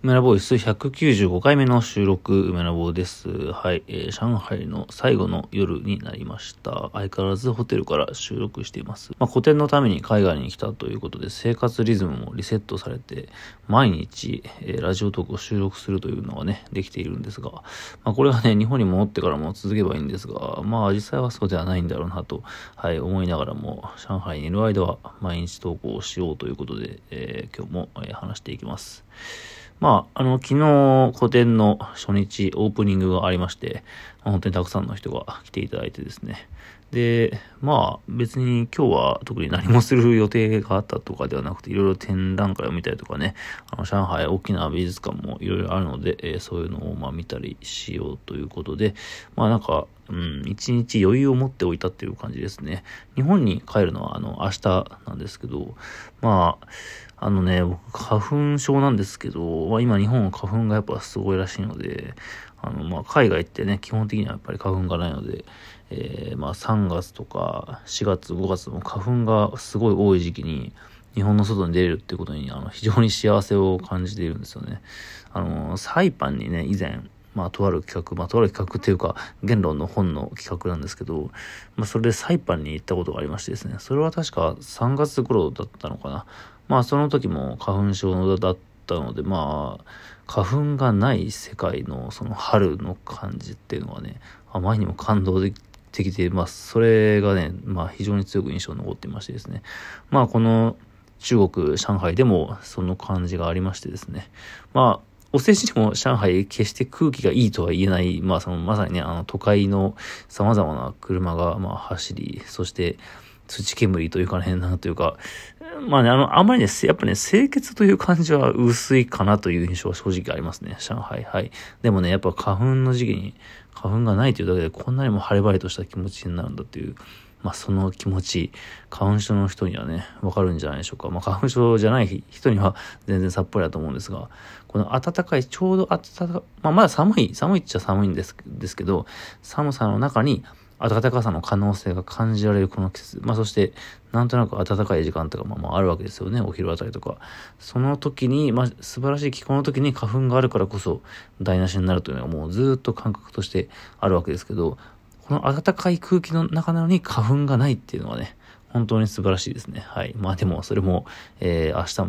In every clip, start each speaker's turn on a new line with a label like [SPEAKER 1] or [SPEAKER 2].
[SPEAKER 1] 梅田ボイス195回目の収録、梅田ボーです。はい、上海の最後の夜になりました。相変わらずホテルから収録しています。個展のために海外に来たということで、生活リズムもリセットされて、毎日、ラジオトークを収録するというのがね、できているんですが、これがね、日本に戻ってからも続けばいいんですが、実際はそうではないんだろうなと、思いながらも、上海にいる間は毎日投稿をしようということで、今日も、話していきます。昨日個展の初日オープニングがありまして、本当にたくさんの人が来ていただいてですね。で、別に今日は特に何もする予定があったとかではなくて、いろいろ展覧会を見たりとかね、上海大きな美術館もいろいろあるので、そういうのを見たりしようということで、一日余裕を持っておいたっていう感じですね。日本に帰るのは明日なんですけど、僕花粉症なんですけど、今日本は花粉がやっぱすごいらしいので、海外ってね、基本的にはやっぱり花粉がないので、3月とか4月、5月も花粉がすごい多い時期に日本の外に出れるっていうことに非常に幸せを感じているんですよね。サイパンにね、以前、とある企画っていうか、言論の本の企画なんですけど、それでサイパンに行ったことがありましてですね、それは確か3月頃だったのかな。その時も花粉症だったので、花粉がない世界のその春の感じっていうのはね、あまりにも感動できて、それがね、非常に強く印象に残っていましてですね。この中国、上海でもその感じがありましてですね。お世辞にも上海決して空気がいいとは言えない、まさにね、都会の様々な車が走り、そして土煙というかね、なんというか、あんまりね、やっぱね、清潔という感じは薄いかなという印象は正直ありますね、上海。はい。でもね、やっぱ花粉の時期に花粉がないというだけでこんなにも晴れ晴れとした気持ちになるんだっていう、その気持ち、花粉症の人にはね、わかるんじゃないでしょうか。花粉症じゃない人には全然さっぱりだと思うんですが、この暖かい、ちょうど暖か、まだ寒いっちゃ寒いんですけど、寒さの中に暖かさの可能性が感じられるこの季節。そして、なんとなく暖かい時間とかあるわけですよね。お昼あたりとか。その時に、素晴らしい気候の時に花粉があるからこそ台無しになるというのはもうずっと感覚としてあるわけですけど、この暖かい空気の中なのに花粉がないっていうのはね、本当に素晴らしいですね。はい。でも、それも、明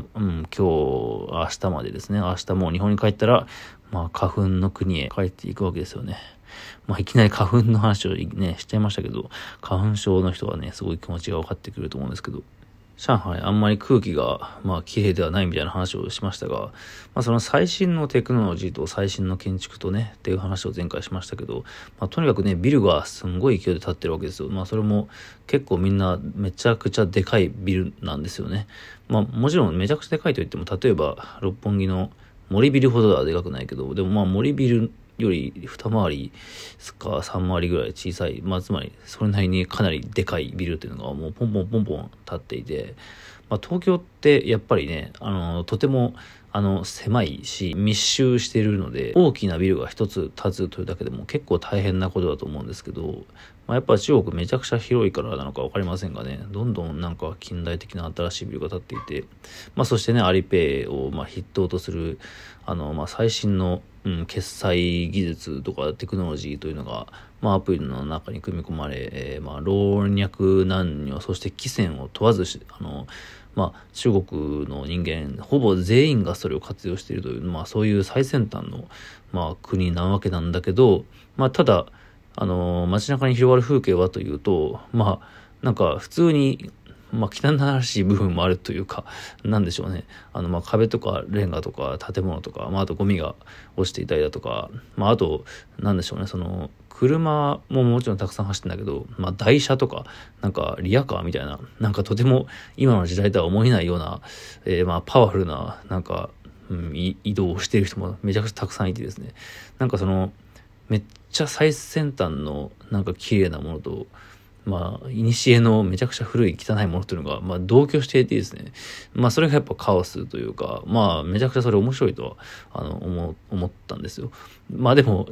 [SPEAKER 1] 日までですね。明日もう日本に帰ったら、花粉の国へ帰っていくわけですよね。いきなり花粉の話をね、しちゃいましたけど、花粉症の人はね、すごい気持ちが分かってくると思うんですけど、上海あんまり空気が綺麗ではないみたいな話をしましたが、その最新のテクノロジーと最新の建築とねっていう話を前回しましたけど、とにかくねビルがすんごい勢いで建ってるわけですよ。それも結構みんなめちゃくちゃでかいビルなんですよね。もちろんめちゃくちゃでかいといっても、例えば六本木の森ビルほどはでかくないけど、でも森ビルより二回りか三回りぐらい小さい、つまりそれなりにかなりでかいビルっていうのがもうポンポン立っていて、東京ってやっぱりね、とても狭いし密集しているので、大きなビルが一つ建つというだけでも結構大変なことだと思うんですけど、やっぱ中国めちゃくちゃ広いからなのか分かりませんがね、どんどん近代的な新しいビルが建っていて、そしてねアリペイを筆頭とする最新の決済技術とかテクノロジーというのが、アプリの中に組み込まれ、老若男女、そして貴賤を問わず中国の人間ほぼ全員がそれを活用しているという、そういう最先端の、国なわけなんだけど、ただ街中に広がる風景はというと、普通に汚らしい部分もあるというか、なんでしょうね。壁とかレンガとか建物とか、あとゴミが落ちていたりだとか、あと、なんでしょうね。車ももちろんたくさん走ってんだけど、台車とか、リヤカーみたいな、とても今の時代とは思えないような、パワフルな、移動をしている人もめちゃくちゃたくさんいてですね。めっちゃ最先端の、綺麗なものと、古のめちゃくちゃ古い汚いものというのが、同居していてですね。それがやっぱカオスというか、めちゃくちゃそれ面白いとは、思ったんですよ。でも、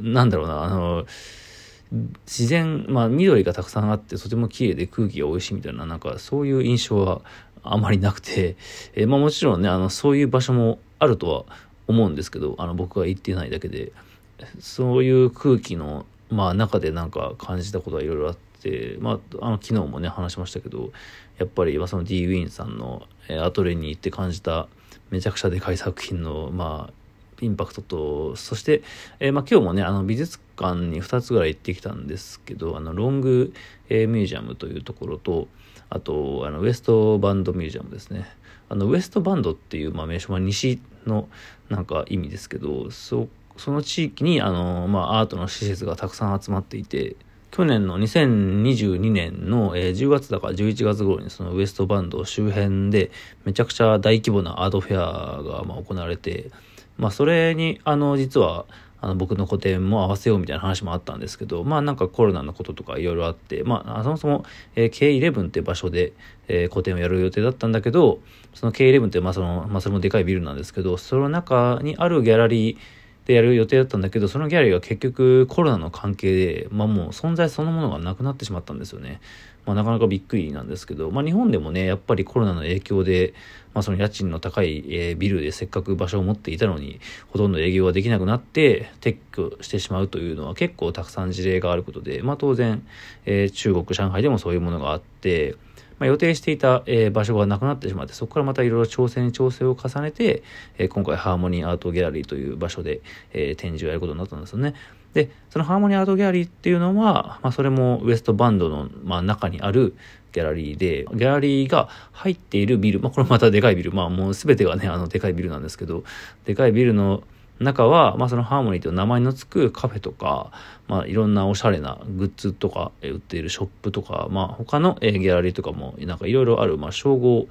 [SPEAKER 1] 自然、緑がたくさんあって、とても綺麗で空気が美味しいみたいな、そういう印象はあまりなくて、もちろんね、そういう場所もあるとは思うんですけど、僕が言ってないだけで、そういう空気の、中でなんか感じたことはいろいろあって、昨日もね、話しましたけど、やっぱり、その D ウィーンさんの、アトレに行って感じた、めちゃくちゃでかい作品の、インパクトと、そして、今日もね、美術館に2つぐらい行ってきたんですけど、ロング、ミュージアムというところと、あと、ウエストバンドミュージアムですね。ウエストバンドっていう、名称は西のなんか意味ですけど、その地域に、アートの施設がたくさん集まっていて、去年の2022年の10月だか11月頃にそのウエストバンド周辺でめちゃくちゃ大規模なアートフェアが行われて、それに実は僕の個展も合わせようみたいな話もあったんですけど、なんかコロナのこととかいろいろあって、そもそも、K11 って場所で、個展をやる予定だったんだけど、その K11 ってそれもでかいビルなんですけど、その中にあるギャラリーでやる予定だったんだけど、そのギャラリーが結局コロナの関係で、もう存在そのものがなくなってしまったんですよね。なかなかびっくりなんですけど、日本でもね、やっぱりコロナの影響で、その家賃の高い、ビルでせっかく場所を持っていたのに、ほとんど営業ができなくなって撤去してしまうというのは結構たくさん事例があることで、当然、中国、上海でもそういうものがあって、予定していた、場所がなくなってしまって、そこからまたいろいろ調整を重ねて、今回ハーモニーアートギャラリーという場所で、展示をやることになったんですよね。で、そのハーモニーアートギャラリーっていうのは、それもウエストバンドの、中にあるギャラリーで、ギャラリーが入っているビル、これまたでかいビル、もうすべてがね、でかいビルなんですけど、でかいビルの中は、そのハーモニーという名前の付くカフェとか、いろんなおしゃれなグッズとか売っているショップとか、他のギャラリーとかもなんかいろいろある、総合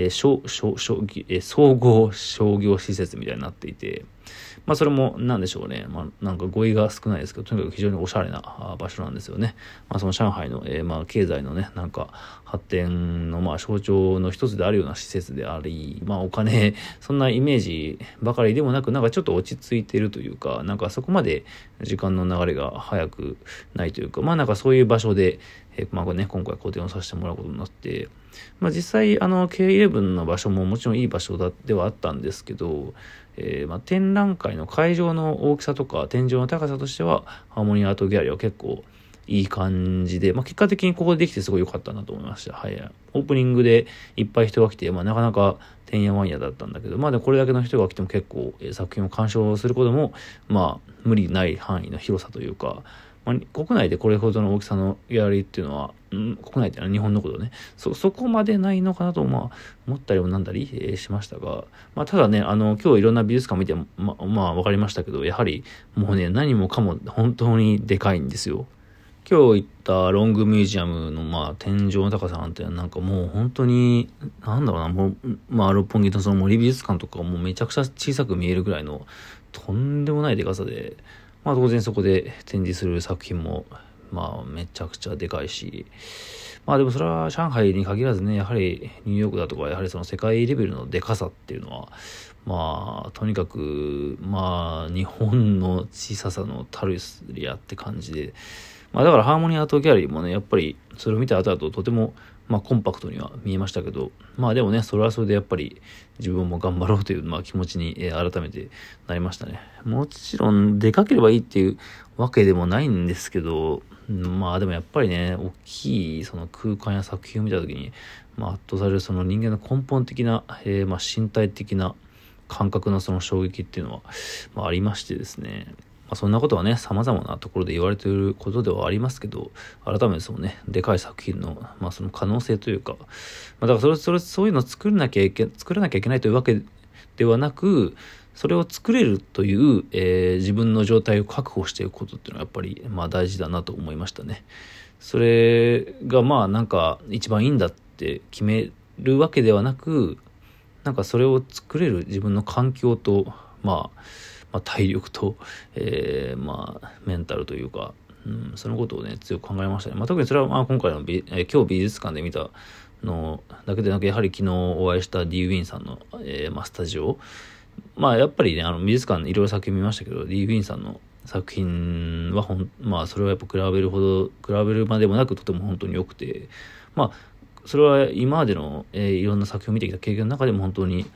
[SPEAKER 1] 商業施設みたいになっていて、それもなんでしょうね。なんか語彙が少ないですけど、とにかく非常におしゃれな場所なんですよね。その上海の、経済のね、なんか発展の象徴の一つであるような施設であり、お金、そんなイメージばかりでもなく、なんかちょっと落ち着いているというか、なんかそこまで時間の流れが早くないというか、なんかそういう場所で、今回個展をさせてもらうことになって、実際K11 の場所ももちろんいい場所ではあったんですけど、展覧会の会場の大きさとか天井の高さとしてはハーモニーアートギャラリーは結構いい感じで、結果的にここでできてすごい良かったなと思いました。はい。オープニングでいっぱい人が来て、なかなかてんやわんやだったんだけど、でもこれだけの人が来ても結構、作品を鑑賞することも無理ない範囲の広さというか、国内でこれほどの大きさのギャラリーっていうのは、国内っていうのは日本のことね、そこまでないのかなと思ったりもなんだり、しましたが、ただね、今日いろんな美術館見てわかりましたけど、やはりもうね、何もかも本当にでかいんですよ。今日行ったロングミュージアムの天井の高さなんてなんかもう本当にもう六本木のその森美術館とかもうめちゃくちゃ小さく見えるぐらいのとんでもないでかさで、当然そこで展示する作品もめちゃくちゃでかいし、でもそれは上海に限らずね、やはりニューヨークだとかやはりその世界レベルのでかさっていうのはとにかく日本の小ささのたるやって感じで、だからハーモニーアートギャラリーもね、やっぱりそれを見た後だととてもコンパクトには見えましたけど、でもね、それはそれでやっぱり自分も頑張ろうという気持ちに改めてなりましたね。もちろんでかければいいっていうわけでもないんですけど、でもやっぱりね、大きいその空間や作品を見たときに、圧倒されるその人間の根本的な、身体的な感覚のその衝撃っていうのは、ありましてですね。そんなことはね、様々なところで言われていることではありますけど、改めてそのね、でかい作品の、その可能性というか、だからそういうのを作らなきゃいけないというわけではなく、それを作れるという、自分の状態を確保していくことっていうのはやっぱり、大事だなと思いましたね。それがなんか一番いいんだって決めるわけではなく、なんかそれを作れる自分の環境と、体力と、メンタルというか、そのことをね、強く考えましたね。特にそれは今回の今日美術館で見たのだけでなく、やはり昨日お会いした D ウィンさんの、スタジオ。やっぱりね、美術館いろいろ作品見ましたけど、D ウィンさんの作品はそれはやっぱ比べるまでもなくとても本当に良くて、それは今までの、いろんな作品を見てきた経験の中でも本当に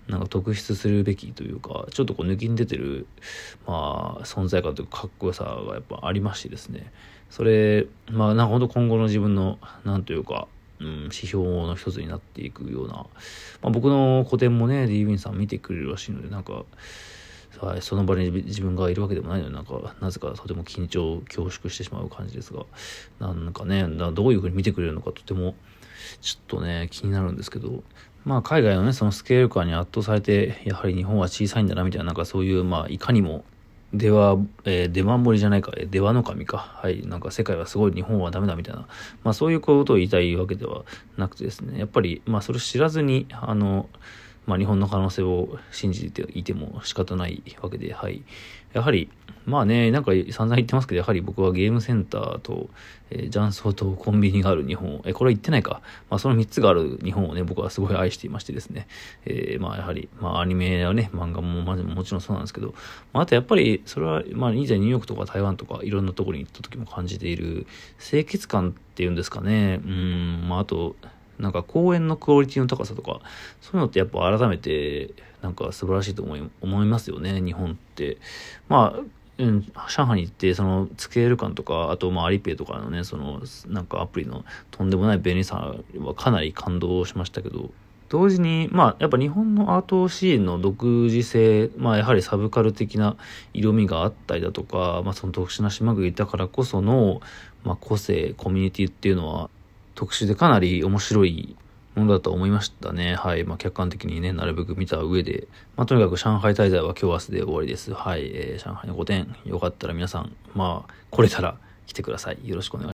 [SPEAKER 1] なんか特筆するべきというか、ちょっとこう抜きに出てる、存在感というかかっこよさがやっぱありましてですね。それ、なんか本当今後の自分の、なんというか、指標の一つになっていくような、僕の個展もね、D ウィンさん見てくれるらしいので、なんか、その場に自分がいるわけでもないので、なんか、なぜかとても恐縮してしまう感じですが、なんかね、どういう風に見てくれるのかとても、ちょっとね、気になるんですけど、海外のね、そのスケール感に圧倒されて、やはり日本は小さいんだな、みたいな、なんかそういう、いかにも、出羽森じゃないか、出羽の神か。はい。なんか世界はすごい、日本はダメだみたいな。そういうことを言いたいわけではなくてですね。やっぱり、それ知らずに、日本の可能性を信じていても仕方ないわけで、はい。やはり、なんか散々言ってますけど、やはり僕はゲームセンターと、雀荘とコンビニがある日本、これは言ってないか。その3つがある日本をね、僕はすごい愛していましてですね。やはり、アニメやね、漫画ももちろんそうなんですけど、あとやっぱり、それは、以前ニューヨークとか台湾とかいろんなところに行った時も感じている清潔感っていうんですかね。あと、なんか公園のクオリティの高さとか、そういうのってやっぱ改めて、なんか素晴らしいと思いますよね、日本って。上海に行って、その、スケール感とか、あと、アリペイとかのね、その、なんかアプリのとんでもない便利さはかなり感動しましたけど、同時に、やっぱ日本のアートシーンの独自性、やはりサブカル的な色味があったりだとか、その特殊な島国だからこその、個性、コミュニティっていうのは、特殊でかなり面白いものだと思いましたね。はい。客観的にね、なるべく見た上で。とにかく上海滞在は今日明日で終わりです。はい。上海の5点、よかったら皆さん、来れたら来てください。よろしくお願いします。